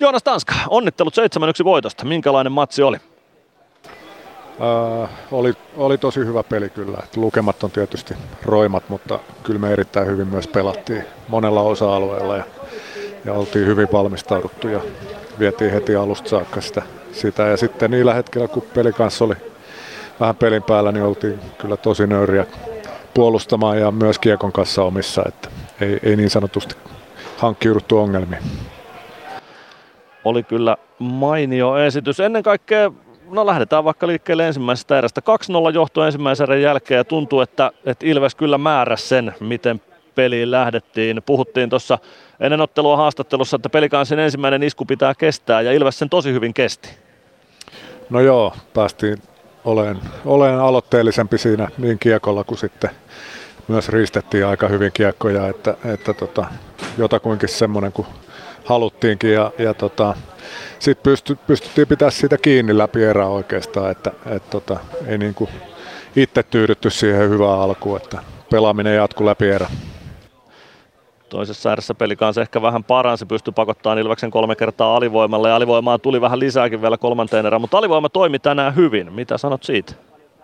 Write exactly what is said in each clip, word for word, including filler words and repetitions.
Joonas Tanska, onnittelut seitsemän yksi voitosta. Minkälainen matsi oli? Äh, oli, oli tosi hyvä peli kyllä. Et lukemat on tietysti roimat, mutta kyllä me erittäin hyvin myös pelattiin monella osa-alueella ja, ja oltiin hyvin valmistauduttu ja vietiin heti alusta saakka sitä, sitä. Ja sitten niillä hetkellä, kun peli kanssa oli vähän pelin päällä, niin oltiin kyllä tosi nöyriä puolustamaan ja myös kiekon kanssa omissa, että ei, ei niin sanotusti hankkiuduttu ongelmiin. Oli kyllä mainio esitys. Ennen kaikkea, no lähdetään vaikka liikkeelle ensimmäisestä erästä. kaksi nolla johto ensimmäisen erän jälkeen ja tuntuu, että, että Ilves kyllä määräsi sen, miten peliin lähdettiin. Puhuttiin tuossa ennen ottelua haastattelussa, että pelikansin ensimmäinen isku pitää kestää ja Ilves sen tosi hyvin kesti. No joo, päästiin olen, olen aloitteellisempi siinä niin kiekolla kuin sitten myös riistettiin aika hyvin kiekkoja, että, että tota, jotakuinkin semmoinen kuin haluttiinkin ja, ja tota, sitten pysty, pystyttiin pitämään siitä kiinni läpi erää oikeastaan, että et tota, ei niinku itse tyydytty siihen hyvään alkuun, että pelaaminen jatkuu läpi erää. Toisessa erässä peli kanssa ehkä vähän paransi, pystyi pakottamaan Ilveksen kolme kertaa alivoimalle ja alivoimaa tuli vähän lisääkin vielä kolmanteen erään, mutta alivoima toimi tänään hyvin. Mitä sanot siitä?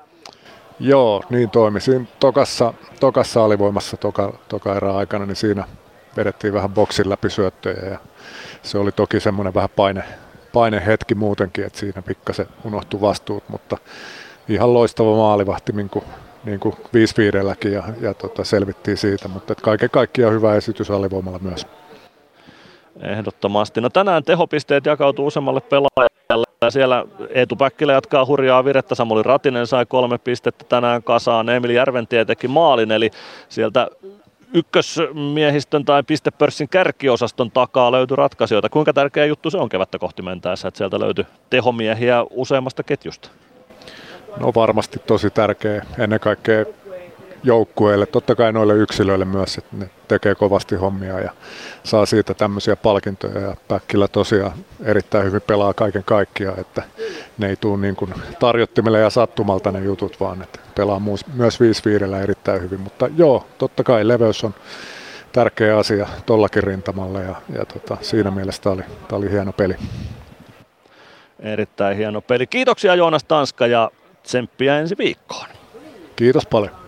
Joo, niin toimi. Siinä tokassa, tokassa alivoimassa toka, toka erän aikana, niin siinä vedettiin vähän boksin läpi syöttöjä ja se oli toki semmoinen vähän paine, painehetki muutenkin, että siinä pikkasen unohtui vastuut, mutta ihan loistava maalivahti niin kuin, niin kuin viisi viidelläkin ja, ja tota, selvittiin siitä, mutta kaiken kaikkiaan hyvä esitys alivoimalla myös. Ehdottomasti. No tänään tehopisteet jakautuu useammalle pelaajalle. Siellä Eetu Päkkilä jatkaa hurjaa virettä. Samuli Ratinen sai kolme pistettä tänään kasaan. Emil Järventie teki maalin, eli sieltä ykkösmiehistön tai pistepörssin kärkiosaston takaa löytyi ratkaisijoita. Kuinka tärkeä juttu se on kevättä kohti mentäessä, että sieltä löytyi tehomiehiä useammasta ketjusta? No varmasti tosi tärkeä ennen kaikkea joukkueille, totta kai noille yksilöille myös, että ne tekee kovasti hommia ja saa siitä tämmöisiä palkintoja ja Päkkilä tosiaan erittäin hyvin pelaa kaiken kaikkiaan, että ne ei tule niin kuin tarjottimelle ja sattumalta ne jutut, vaan että pelaa myös viisi viidellä erittäin hyvin, mutta joo, totta kai leveys on tärkeä asia tollakin rintamalla ja, ja tota, siinä mielessä tämä oli, tämä oli hieno peli. Erittäin hieno peli. Kiitoksia Joonas Tanska ja tsemppiä ensi viikkoon. Kiitos paljon.